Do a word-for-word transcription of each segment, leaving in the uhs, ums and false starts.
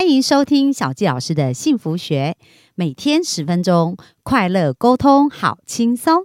欢迎收听小纪老师的幸福学，每天十分钟，快乐沟通好轻松。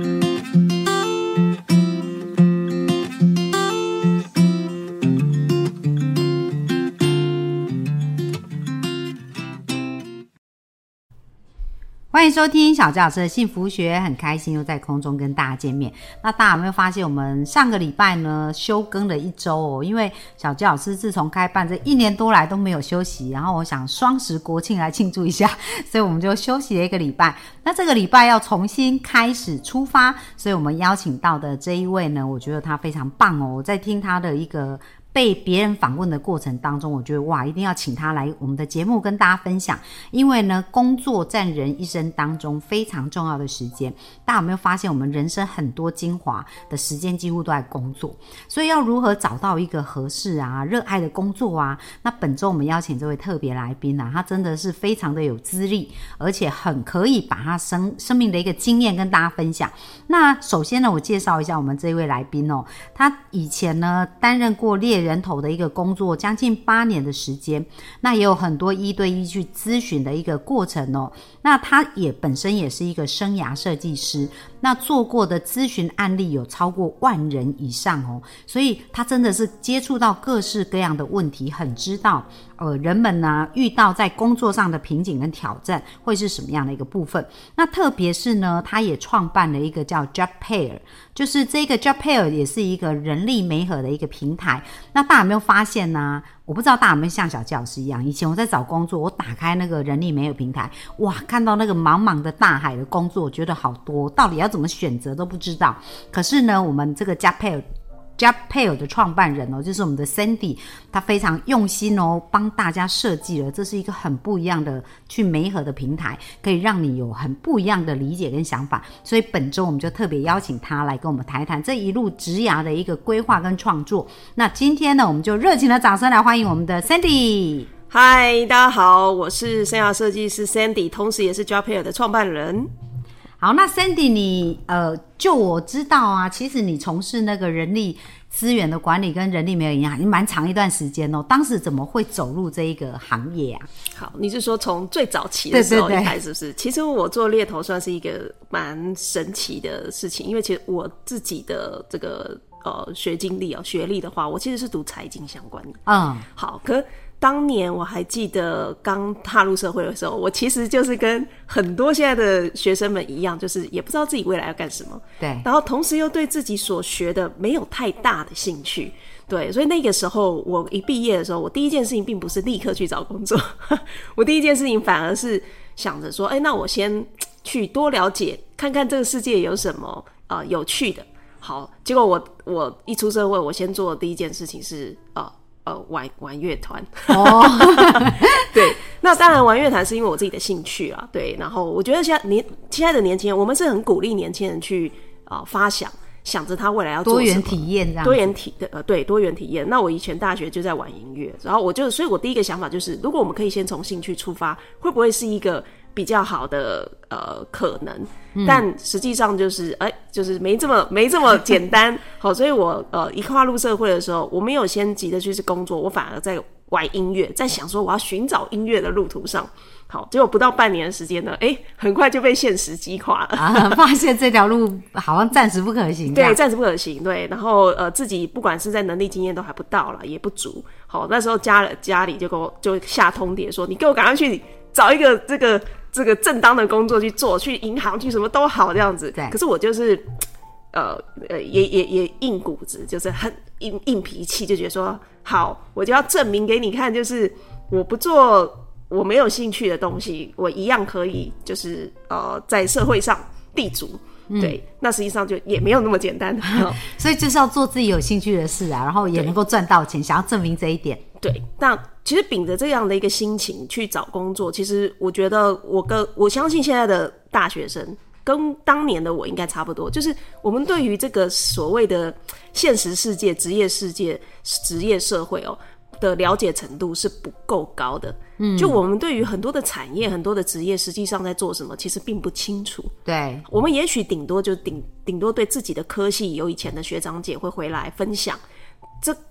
欢迎收听小纪老师的幸福学，很开心又在空中跟大家见面。那大家有没有发现我们上个礼拜呢休更了一周哦？因为小纪老师自从开办这一年多来都没有休息，然后我想双十国庆来庆祝一下，所以我们就休息了一个礼拜。那这个礼拜要重新开始出发，所以我们邀请到的这一位呢，我觉得他非常棒哦。我在听他的一个被别人访问的过程当中，我觉得哇，一定要请他来我们的节目跟大家分享。因为呢，工作占人一生当中非常重要的时间。大家有没有发现，我们人生很多精华的时间几乎都在工作，所以要如何找到一个合适啊、热爱的工作啊？那本周我们邀请这位特别来宾啊，他真的是非常的有资历，而且很可以把他生生命的一个经验跟大家分享。那首先呢，我介绍一下我们这一位来宾哦，他以前呢担任过猎人头的一个工作将近八年的时间，那也有很多一对一去咨询的一个过程哦。那他也本身也是一个生涯设计师，那做过的咨询案例有超过万人以上哦，所以他真的是接触到各式各样的问题，很知道呃人们呢遇到在工作上的瓶颈跟挑战会是什么样的一个部分。那特别是呢，他也创办了一个叫 Job Pair， 就是这个 Job Pair 也是一个人力媒合的一个平台。那大家有没有发现呢、啊？我不知道大家有没有像小纪老师一样，以前我在找工作，我打开那个人力媒合平台，哇，看到那个茫茫的大海的工作，我觉得好多，到底要怎么选择都不知道。可是呢，我们这个 Job Pair Job Pair 的创办人哦，就是我们的 Sandy， 他非常用心哦，帮大家设计了，这是一个很不一样的去媒合的平台，可以让你有很不一样的理解跟想法。所以本周我们就特别邀请他来跟我们谈一谈这一路职涯的一个规划跟创作。那今天呢，我们就热情的掌声来欢迎我们的 Sandy。 嗨，大家好，我是生涯设计师 Sandy， 同时也是 Job Pair 的创办人。 好，那 Sandy 你呃，就我知道啊，其实你从事那个人力资源的管理跟人力媒合一样，已经蛮长一段时间哦。当时怎么会走入这一个行业啊？ 好，你是说从最早期的时候一开始是不是？对对对，其实我做猎头算是一个蛮神奇的事情，因为其实我自己的这个呃学经历哦，学历的话，我其实是读财经相关的。嗯，好，可当年我还记得刚踏入社会的时候，我其实就是跟很多现在的学生们一样，就是也不知道自己未来要干什么，对，然后同时又对自己所学的没有太大的兴趣，对，所以那个时候我一毕业的时候，我第一件事情并不是立刻去找工作，我第一件事情反而是想着说，哎，那我先去多了解，看看这个世界有什么呃有趣的。好，结果我我一出社会，我先做的第一件事情是呃。呃，玩玩乐团哦，对，那当然玩乐团是因为我自己的兴趣啊，对，然后我觉得现在年现在的年轻人，我们是很鼓励年轻人去啊、呃、发想，想着他未来要做什么多元体验这样子， 多元体呃对多元体验。那我以前大学就在玩音乐，然后我就所以我第一个想法就是，如果我们可以先从兴趣出发，会不会是一个比较好的呃可能？嗯、但实际上就是哎、欸，就是没这么没这么简单。好，所以我呃一跨入社会的时候，我没有先急着去工作，我反而在玩音乐，在想说我要寻找音乐的路途上。好，结果不到半年的时间呢，哎、欸，很快就被现实击垮了。 啊，发现这条路好像暂时不可行。 对，暂时不可行。对，然后呃，自己不管是在能力经验都还不到了，也不足。好，那时候家家里就给我就下通牒说，你给我赶快去找一个这个这个正当的工作去做，去银行去什么都好这样子。对。可是我就是呃呃也也也硬骨子，就是很硬硬脾气，就觉得说好，我就要证明给你看，就是我不做我没有兴趣的东西，我一样可以就是呃在社会上立足。对，那实际上就也没有那么简单。 所以就是要做自己有兴趣的事啊，然后也能够赚到钱，想要证明这一点。 对，那其实秉着这样的一个心情去找工作，其实我觉得我跟我相信现在的大学生跟当年的我应该差不多，就是我们对于这个所谓的现实世界、职业世界、职业社会哦的了解程度是不够高的。嗯，就我们对于很多的产业、很多的职业实际上在做什么，其实并不清楚。对，我们也许顶多就顶顶多对自己的科系有以前的学长姐会回来分享。这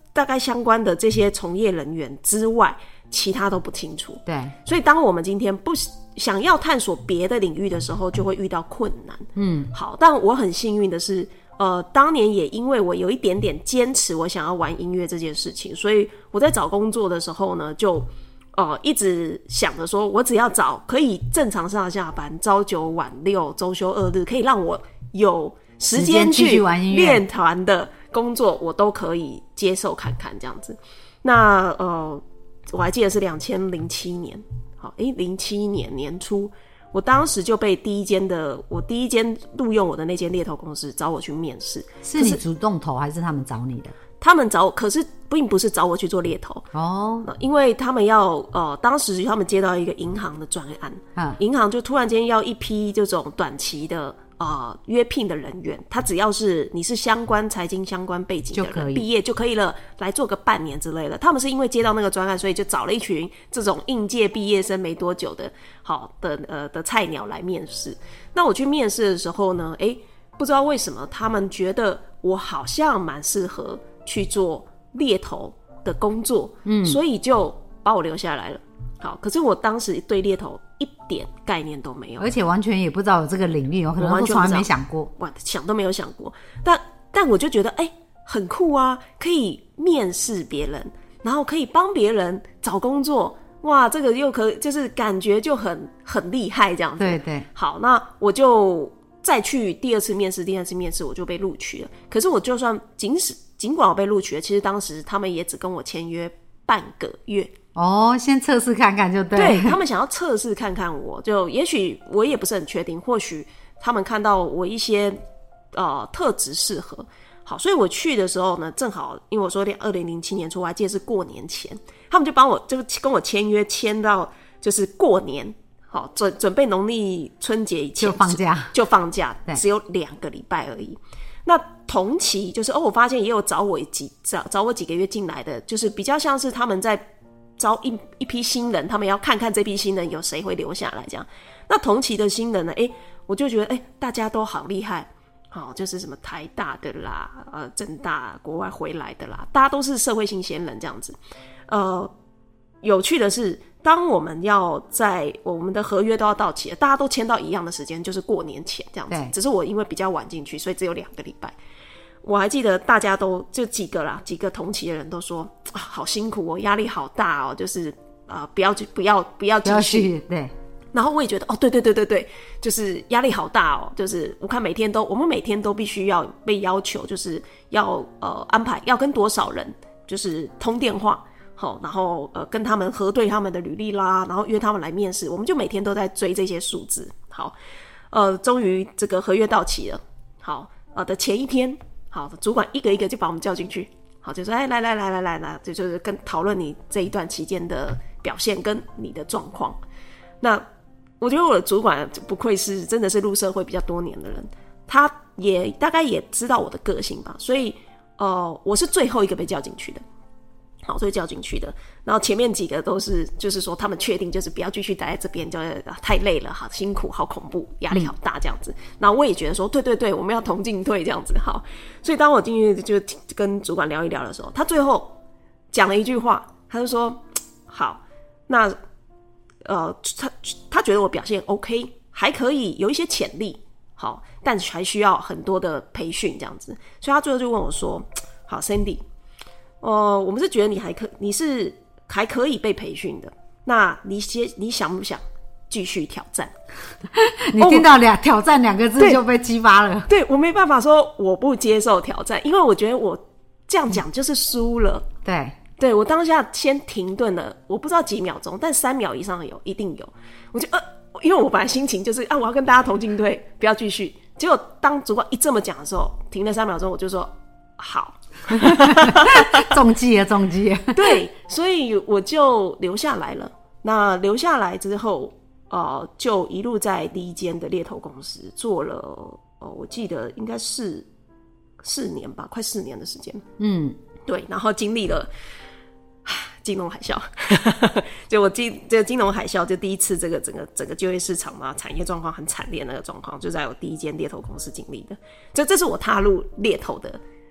大概相关的这些从业人员之外，其他都不清楚。 对， 所以当我们今天不想要探索别的领域的时候，就会遇到困难。嗯，好，但我很幸运的是，呃，当年也因为我有一点点坚持，我想要玩音乐这件事情，所以我在找工作的时候呢，就呃一直想着说，我只要找可以正常上下班，朝九晚六，周休二日，可以让我有时间去练团的工作，我都可以接受看看这样子。那呃。我还记得是两千零七年，好，诶，零七年年初，我当时就被第一间的，我第一间录用我的那间猎头公司找我去面试。 是你主动投还是他们找你的？ 他们找我，可是并不是找我去做猎头哦， 因为他们要呃，当时他们接到一个银行的专案，嗯，银行就突然间要一批这种短期的。呃，约聘的人员，他只要是你是相关财经相关背景的人，毕业就可以了，来做个半年之类的。他们是因为接到那个专案，所以就找了一群这种应届毕业生没多久的，好的呃的菜鸟来面试。那我去面试的时候呢，哎，不知道为什么他们觉得我好像蛮适合去做猎头的工作，嗯，所以就把我留下来了。好，可是我当时对猎头一点概念都没有， 而且完全也不知道有这个领域，我可能都从来没想过， 哇，想都没有想过。但但我就觉得，哎、欸，很酷啊，可以面试别人，然后可以帮别人找工作，哇，这个又可就是感觉就很很厉害这样子。 对对， 好，那我就再去第二次面试，第二次面试我就被录取了。可是我就算尽使尽管我被录取了，其实当时他们也只跟我签约半个月。 哦，先测试看看就对。 对，他们想要测试看看我，就也许我也不是很确定，或许他们看到我一些呃特质适合。好，所以我去的时候呢，正好因为我说二零零七年初，我还记得是过年前，他们就帮我就跟我签约，签到就是过年，好准准备农历春节以前就放假， 就放假，只有两个礼拜而已。那同期就是哦，我发现也有找我几找找我几个月进来的，就是比较像是他们在。招 一, 一批新人，他们要看看这批新人有谁会留下来这样。那同期的新人呢，诶，我就觉得诶，大家都好厉害，好，就是什么台大的啦，呃，政大国外回来的啦，大家都是社会新鲜人这样子。呃，有趣的是，当我们要在我们的合约都要到期了，大家都签到一样的时间，就是过年前这样子。只是我因为比较晚进去，所以只有两个礼拜。我还记得大家都就几个啦，几个同期的人都说啊，好辛苦哦，压力好大哦，就是呃，不要不要不要继续， 对。 然后我也觉得哦，对对对对对，就是压力好大哦，就是我看每天都我们每天都必须要被要求，就是要呃安排要跟多少人就是通电话，好，然后呃跟他们核对他们的履历啦，然后约他们来面试，我们就每天都在追这些数字。好，呃，终于这个合约到期了，好呃的前一天。好，主管一个一个就把我们叫进去，好，就说哎，来来来来来来，就就是跟讨论你这一段期间的表现跟你的状况。那我觉得我的主管不愧是真的是入社会比较多年的人，他也大概也知道我的个性吧，所以呃，我是最后一个被叫进去的。好，所以叫进去的，然后前面几个都是，就是说他们确定就是不要继续待在这边，就、啊、太累了，好辛苦，好恐怖，压力好大这样子。然后我也觉得说，对对对，我们要同进退这样子。好，所以当我进去就跟主管聊一聊的时候，他最后讲了一句话，他就说：“好，那呃，他他觉得我表现 OK， 还可以，有一些潜力，好，但还需要很多的培训这样子。”所以他最后就问我说：“好 ，Sandy。”呃，我们是觉得你还可，你是还可以被培训的。那你先，你想不想继续挑战？ 你听到两、哦、挑战两个字就被激发了。 对，我没办法说我不接受挑战，因为我觉得我这样讲就是输了。 嗯、对， 对我当下先停顿了，我不知道几秒钟，但三秒以上有，一定有。我就呃，因为我本来心情就是啊，我要跟大家同进退，不要继续。结果当主管一这么讲的时候，停了三秒钟，我就说好。 中计了中计了对，所以我就留下来了。那留下来之后呃，就一路在第一间的猎头公司做了呃，我记得应该是四年吧，快四年的时间。嗯，对，然后经历了金融海啸就我记这金融海啸就第一次这个整个整个就业市场嘛，产业状况很惨烈那个状况，就在我第一间猎头公司经历的。这这是我踏入猎头的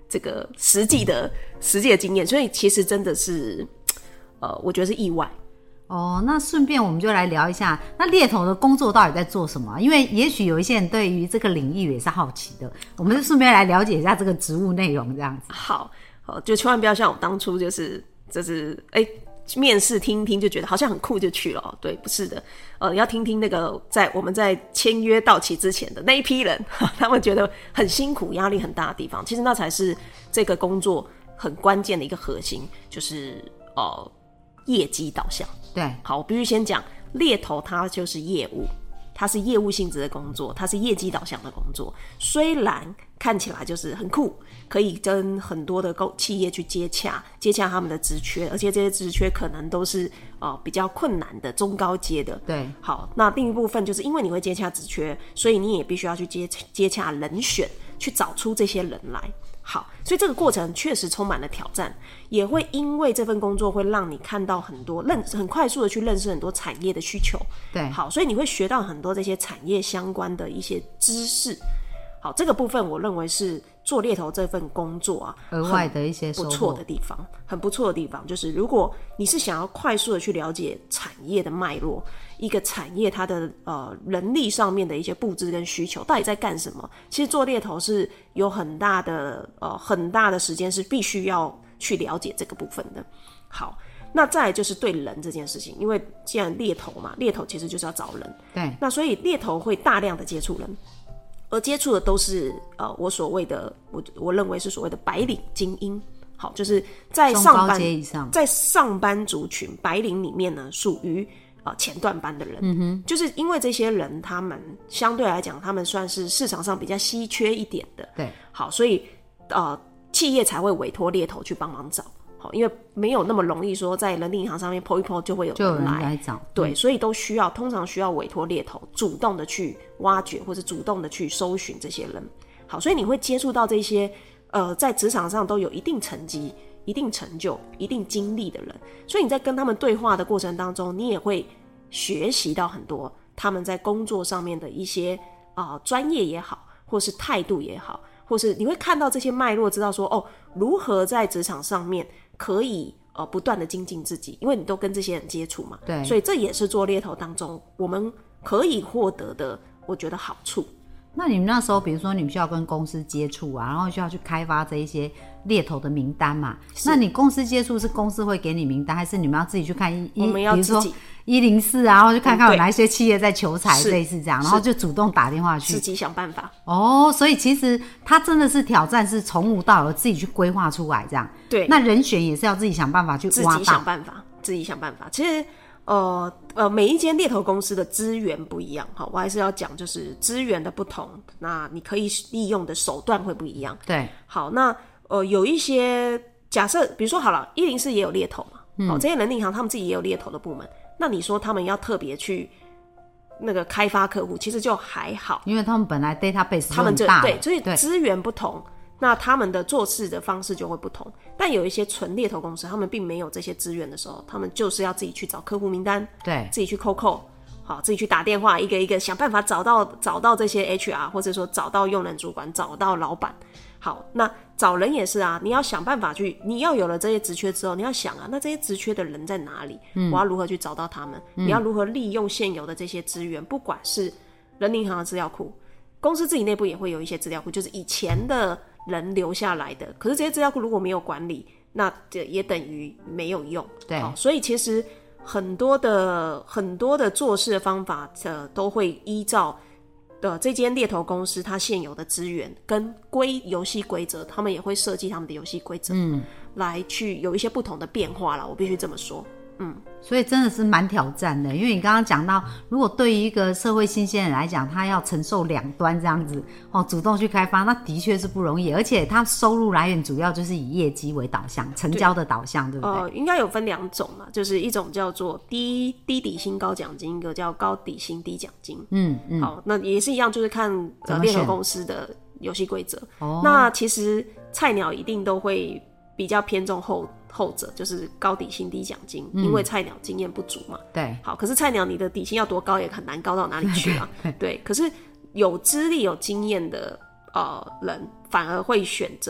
这个实际的实际的经验，所以其实真的是呃，我觉得是意外。 哦，那顺便我们就来聊一下，那猎头的工作到底在做什么？因为也许有一些人对于这个领域也是好奇的，我们就顺便来了解一下这个职务内容，这样子。 好，好，就千万不要像我当初就是就是哎。面试听一听就觉得好像很酷就去了，对，不是的，呃，要听听那个在我们在签约到期之前的那一批人，他们觉得很辛苦、压力很大的地方，其实那才是这个工作很关键的一个核心，就是呃业绩导向。 对， 好，我必须先讲，猎头它就是业务，它是业务性质的工作，它是业绩导向的工作，虽然看起来就是很酷，可以跟很多的企业去接洽，接洽他们的职缺，而且这些职缺可能都是呃比较困难的中高阶的。 对， 好，那另一部分就是因为你会接洽职缺，所以你也必须要去接接洽人选，去找出这些人来。好，所以这个过程确实充满了挑战，也会因为这份工作会让你看到很多认很快速的去认识很多产业的需求。 对， 好，所以你会学到很多这些产业相关的一些知识。好，这个部分我认为是做猎头这份工作啊， 额外的一些收获不错的地方，很不错的地方，就是如果你是想要快速的去了解产业的脉络，一个产业它的呃人力上面的一些布置跟需求到底在干什么，其实做猎头是有很大的呃很大的时间是必须要去了解这个部分的。好，那再来就是对人这件事情，因为既然猎头嘛，猎头其实就是要找人， 对， 那所以猎头会大量的接触人。而接触的都是呃，我所谓的我我认为是所谓的白领精英，好，就是在上班以上在上班族群白领里面呢，属于呃前段班的人，嗯哼，就是因为这些人他们相对来讲，他们算是市场上比较稀缺一点的， 对， 好，所以呃企业才会委托猎头去帮忙找。好，因为没有那么容易说在人力银行上面 po 一 po 就会有人来， 就有人来找， 对，所以都需要通常需要委托猎头主动的去挖掘或者主动的去搜寻这些人。好，所以你会接触到这些呃在职场上都有一定成绩、一定成就、一定经历的人，所以你在跟他们对话的过程当中，你也会学习到很多他们在工作上面的一些啊专业也好，或是态度也好，或是你会看到这些脉络，知道说哦如何在职场上面可以呃不断的精进自己，因为你都跟这些人接触嘛， 对， 所以这也是做猎头当中我们可以获得的，我觉得好处。 那你们那时候，比如说你们需要跟公司接触啊，然后需要去开发这一些猎头的名单嘛？那你公司接触是公司会给你名单，还是你们要自己去看一？ 我们要自己， 比如说一零四啊，然后去看看有哪一些企业在求财，类似这样，然后就主动打电话去， 自己想办法。 哦，所以其实它真的是挑战，是从无到有，自己去规划出来这样。 对， 那人选也是要自己想办法去挖到， 自己想办法，自己想办法。其实。呃呃，每一间猎头公司的资源不一样，好，我还是要讲，就是资源的不同，那你可以利用的手段会不一样。 对， 好，那呃有一些假设，比如说好了，一零四也有猎头嘛，嗯，好，这些人力银行他们自己也有猎头的部门，那你说他们要特别去那个开发客户，其实就还好， 因为他们本来 database 他们就很大， 对，所以资源不同。那他们的做事的方式就会不同，但有一些纯猎头公司，他们并没有这些资源的时候，他们就是要自己去找客户名单， 对， 自己去扣扣，好，自己去打电话，一个一个想办法找到找到这些 H R， 或者说找到用人主管，找到老板。好，那找人也是啊，你要想办法去，你要有了这些职缺之后，你要想啊，那这些职缺的人在哪里？嗯，我要如何去找到他们？嗯、你要如何利用现有的这些资源，不管是人力银行的资料库，公司自己内部也会有一些资料库，就是以前的人留下来的，可是这些资料库如果没有管理，那也等于没有用。 对， 所以其实很多的很多的做事的方法，呃，都会依照的这间猎头公司它现有的资源跟规游戏规则，他们也会设计他们的游戏规则，嗯，来去有一些不同的变化啦。我必须这么说。嗯， 所以真的是蛮挑战的，因为你刚刚讲到，如果对于一个社会新鲜人来讲，他要承受两端这样子哦，主动去开发，那的确是不容易，而且他收入来源主要就是以业绩为导向，成交的导向， 对, 对不对？ 呃，应该有分两种嘛，就是一种叫做低低底薪高奖金，一个叫高底薪低奖金。嗯嗯，好，那也是一样，就是看呃猎头公司的游戏规则。哦，那其实菜鸟一定都会比较偏重后。后者就是高底薪低奖金，嗯，因为菜鸟经验不足嘛。 对， 好，可是菜鸟你的底薪要多高也很难高到哪里去啊？对, 对, 对，可是有资历有经验的呃人反而会选择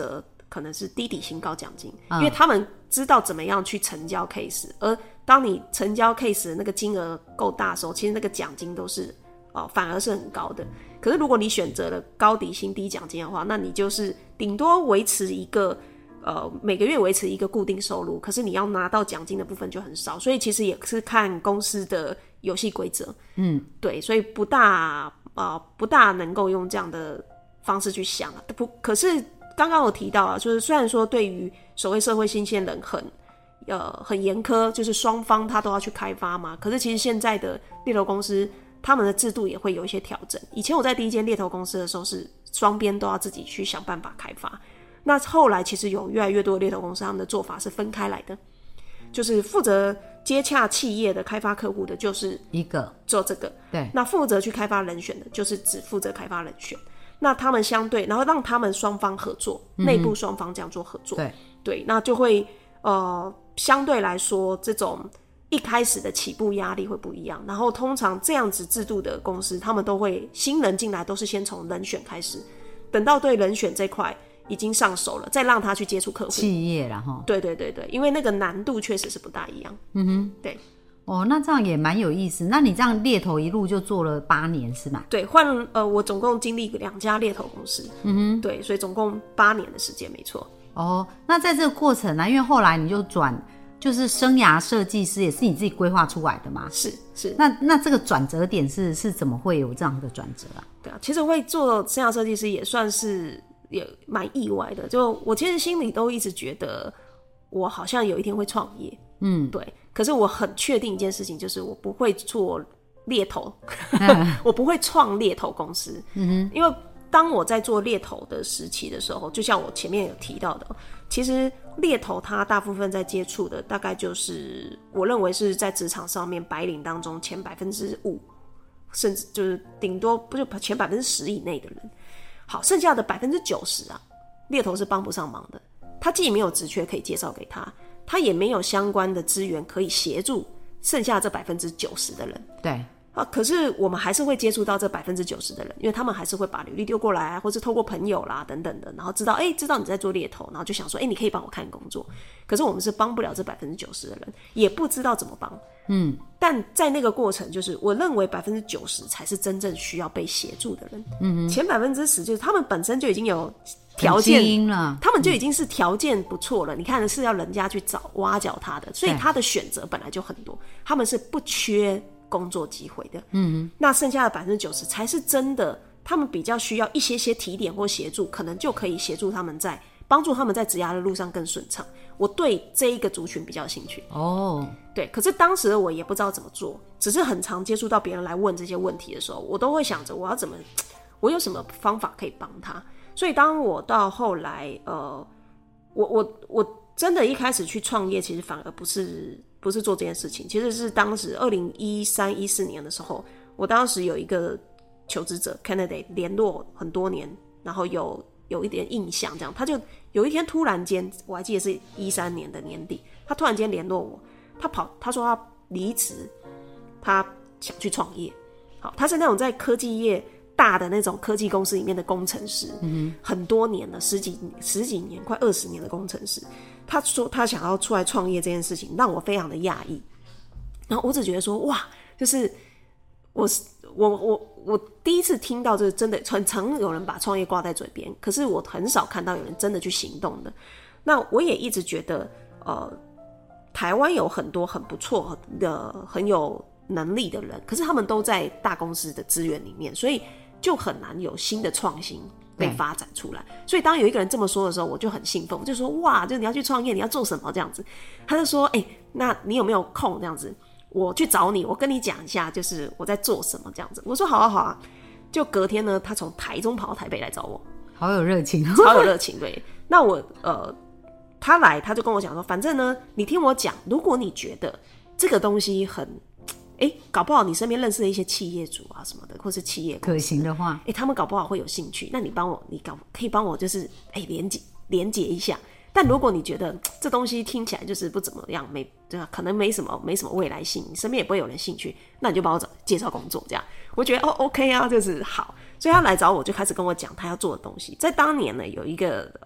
可能是低底薪高奖金，嗯、因为他们知道怎么样去成交 case， 而当你成交 case 的那个金额够大的时候，其实那个奖金都是哦、呃、反而是很高的。可是如果你选择了高底薪低奖金的话，那你就是顶多维持一个呃每个月维持一个固定收入，可是你要拿到奖金的部分就很少，所以其实也是看公司的游戏规则。嗯，对，所以不大呃不大能够用这样的方式去想啊。不，可是刚刚我提到啊，就是虽然说对于所谓社会新鲜人很呃很严苛，就是双方他都要去开发嘛，可是其实现在的猎头公司他们的制度也会有一些调整。以前我在第一间猎头公司的时候是双边都要自己去想办法开发，那后来其实有越来越多的猎头公司他们的做法是分开来的，就是负责接洽企业的开发客户的就是一个做这个， 对， 那负责去开发人选的就是只负责开发人选，那他们相对然后让他们双方合作，内、嗯、部双方这样做合作， 对对，那就会呃相对来说这种一开始的起步压力会不一样，然后通常这样子制度的公司他们都会新人进来都是先从人选开始，等到对人选这块已经上手了再让他去接触客户企业啦齁， 对对对对，因为那个难度确实是不大一样。嗯哼，对。 哦，那这样也蛮有意思。那你这样猎头一路就做了八年是吗？ 对，换呃我总共经历两家猎头公司。嗯哼，对，所以总共八年的时间没错。 哦，那在这个过程呢、啊，因为后来你就转就是生涯设计师，也是你自己规划出来的嘛？ 是是。 那那这个转折点是是怎么会有这样的转折啊？ 对啊，其实会做生涯设计师也算是也蛮意外的。就我其实心里都一直觉得我好像有一天会创业，嗯，对。可是我很确定一件事情，就是我不会做猎头，我不会创猎头公司。嗯哼，因为当我在做猎头的时期的时候，就像我前面有提到的，其实猎头它大部分在接触的大概就是我认为是在职场上面白领当中前百分之五，甚至就是顶多不就前百分之十以内的人。好，剩下的百分之九十啊，猎头是帮不上忙的。他既没有职缺可以介绍给他，他也没有相关的资源可以协助剩下这百分之九十的人。 对。 啊，可是我们还是会接触到这百分之九十的人，因为他们还是会把履历丢过来，或是透过朋友啦等等的，然后知道，哎、欸，知道你在做猎头，然后就想说，哎、欸，你可以帮我看工作。可是我们是帮不了这百分之九十的人，也不知道怎么帮。嗯，但在那个过程，就是我认为百分之九十才是真正需要被协助的人。嗯，前百分之十就是他们本身就已经有条件了， 他们就已经是条件不错了。嗯、你看的是要人家去找挖角他的，所以他的选择本来就很多，他们是不缺工作机会的。嗯，那剩下的百分之九十才是真的，他们比较需要一些些提点或协助，可能就可以协助他们在帮助他们在职涯的路上更顺畅。我对这一个族群比较有兴趣。哦，对，可是当时的我也不知道怎么做，只是很常接触到别人来问这些问题的时候，我都会想着我要怎么，我有什么方法可以帮他。所以当我到后来，呃，我我我真的一开始去创业，其实反而不是不是做这件事情，其实是当时二零一三一四年的时候，我当时有一个求职者 candidate 联络很多年，然后有有一点印象，这样他就有一天突然间，我还记得是一三年的年底，他突然间联络我，他跑他说他离职，他想去创业。好，他是那种在科技业大的那种科技公司里面的工程师，嗯、很多年了，十几十几年，快二十年的工程师。他说他想要出来创业这件事情，让我非常的讶异。然后我只觉得说，哇，就是我我我我第一次听到，就是真的很常有人把创业挂在嘴边，可是我很少看到有人真的去行动的。那我也一直觉得，呃，台湾有很多很不错的、很有能力的人，可是他们都在大公司的资源里面，所以就很难有新的创新被发展出来。所以当有一个人这么说的时候，我就很兴奋，我就说哇，就你要去创业，你要做什么这样子？他就说，哎、欸，那你有没有空这样子？我去找你，我跟你讲一下，就是我在做什么这样子。我说好啊好啊。就隔天呢，他从台中跑到台北来找我， 好有热情， 超有热情。对，那我呃，他来他就跟我讲说，反正呢，你听我讲，如果你觉得这个东西很，哎、欸，搞不好你身边认识的一些企业主啊什么的，或是企业可行的话， 哎、欸，他们搞不好会有兴趣，那你帮我，你搞可以帮我就是哎、欸、连接连接一下。但如果你觉得这东西听起来就是不怎么样，没对吧？可能没什么没什么未来性，你身边也不会有人兴趣，那你就帮我找介绍工作这样。我觉得哦 OK 啊，就是好，所以他来找我就开始跟我讲他要做的东西。在当年呢，有一个呃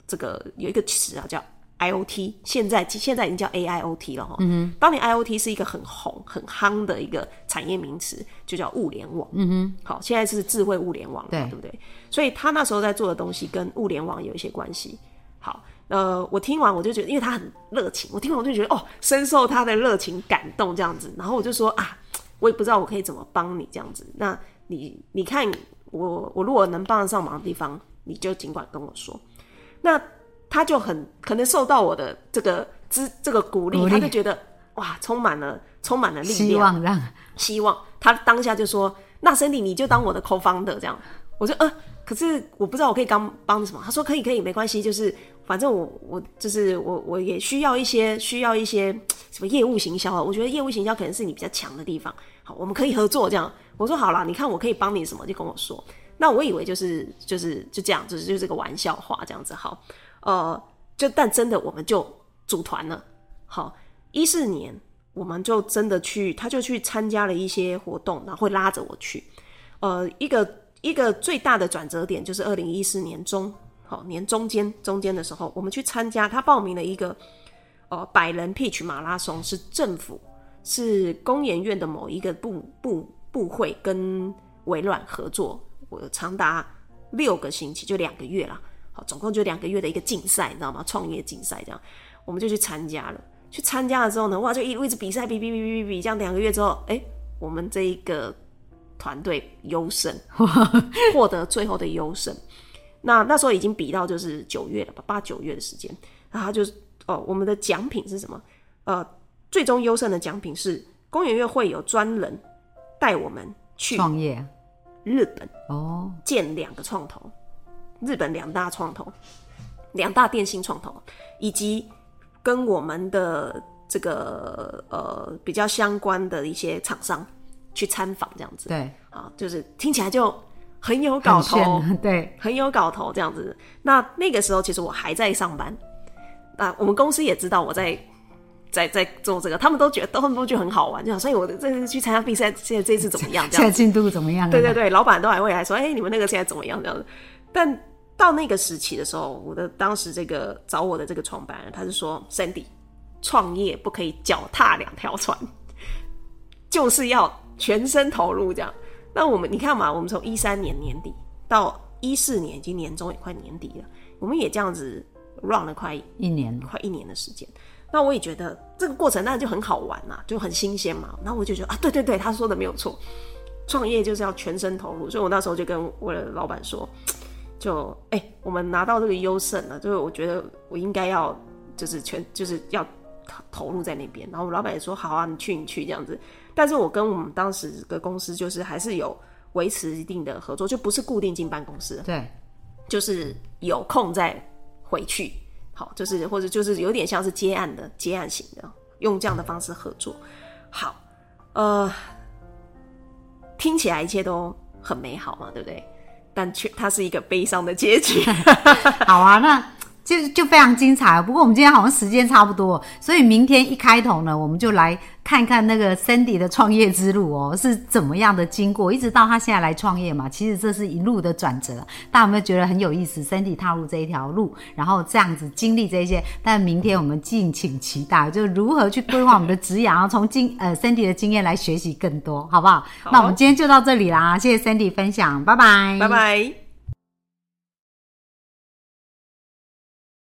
这个有一个词啊叫 I O T， 现在现在已经叫 A I O T 了哈。嗯哼，当年 I O T 是一个很红很夯的一个产业名词，就叫物联网。嗯哼，好，现在是智慧物联网了， 对, 对不对？所以他那时候在做的东西跟物联网有一些关系。好，呃，我听完我就觉得，因为他很热情，我听完我就觉得哦，深受他的热情感动这样子，然后我就说啊，我也不知道我可以怎么帮你这样子，那你你看我我如果能帮得上忙的地方，你就尽管跟我说。那他就很可能受到我的这个这这个鼓励，他就觉得哇，充满了充满了力量， 希望让希望。他当下就说：“那Sandy你就当我的 co-founder 这样。”我说：“呃，可是我不知道我可以刚帮什么。”他说：“可以可以，没关系，就是反正我我就是我我也需要一些需要一些什么业务行销啊，我觉得业务行销可能是你比较强的地方，好，我们可以合作这样。”我说：“好啦，你看我可以帮你什么就跟我说。”那我以为就是就是就这样，就是就是个玩笑话这样子，好。呃，就但真的我们就组团了。好，一四年我们就真的去，他就去参加了一些活动，然后会拉着我去。呃，一个一个最大的转折点就是二零一四年中，好年中间中间的时候，我们去参加，他报名了一个呃百人 pitch 马拉松，是政府是工研院的某一个部部部会跟微软合作，我长达六个星期，就两个月啦。好，总共就两个月的一个竞赛，你知道吗？创业竞赛这样，我们就去参加了。去参加了之后呢，哇，就一路一直比赛，比比比比比，这样两个月之后，哎，我们这一个团队优胜，获得最后的优胜。那那时候已经比到就是九月了吧，八九月的时间。然后他就哦，我们的奖品是什么？呃，最终优胜的奖品是工研院会有专人带我们去创业日本哦， 建两个创投。日本两大创投，两大电信创投，以及跟我们的这个呃比较相关的一些厂商去参访，这样子。 对， 啊，就是听起来就很有搞头， 对， 很有搞头这样子。那那个时候其实我还在上班，那我们公司也知道我在在在做这个，他们都觉得他们都觉得很好玩，就所以我这次去参加比赛，现在这次怎么样？这样现在进度怎么样？ 对对对，老板都还会来说，哎、欸，你们那个现在怎么样？这样子。但到那个时期的时候，我的当时这个找我的这个创办人，他是说 Sandy 创业不可以脚踏两条船，就是要全身投入这样。那我们你看嘛，我们从一三年年底到一四年，已经年中也快年底了，我们也这样子 run 了快一年， 快一年的时间。那我也觉得这个过程当然就很好玩嘛，就很新鲜嘛。然后我就觉得啊，对对对，他说的没有错，创业就是要全身投入。所以我那时候就跟我的老板说。就哎、欸，我们拿到这个优胜了，就是我觉得我应该要就是全就是要投入在那边。然后我老板也说好啊，你去你去这样子。但是我跟我们当时的公司就是还是有维持一定的合作，就不是固定进办公室， 对， 就是有空再回去。好，就是或者就是有点像是接案的接案型的，用这样的方式合作。好，呃，听起来一切都很美好嘛，对不对？但却它是一个悲伤的结局。 好啊，那就就非常精彩。不过我们今天好像时间差不多，所以明天一开头呢，我们就来看看那个 Sandy 的创业之路哦，是怎么样的经过，一直到他现在来创业嘛。其实这是一路的转折，大家有没有觉得很有意思 ？Sandy 踏入这一条路，然后这样子经历这些，但明天我们敬请期待，就如何去规划我们的职业，然后从经呃 Sandy 的经验来学习更多，好不好？好，那我们今天就到这里啦，谢谢 Sandy 分享，拜拜， 拜拜。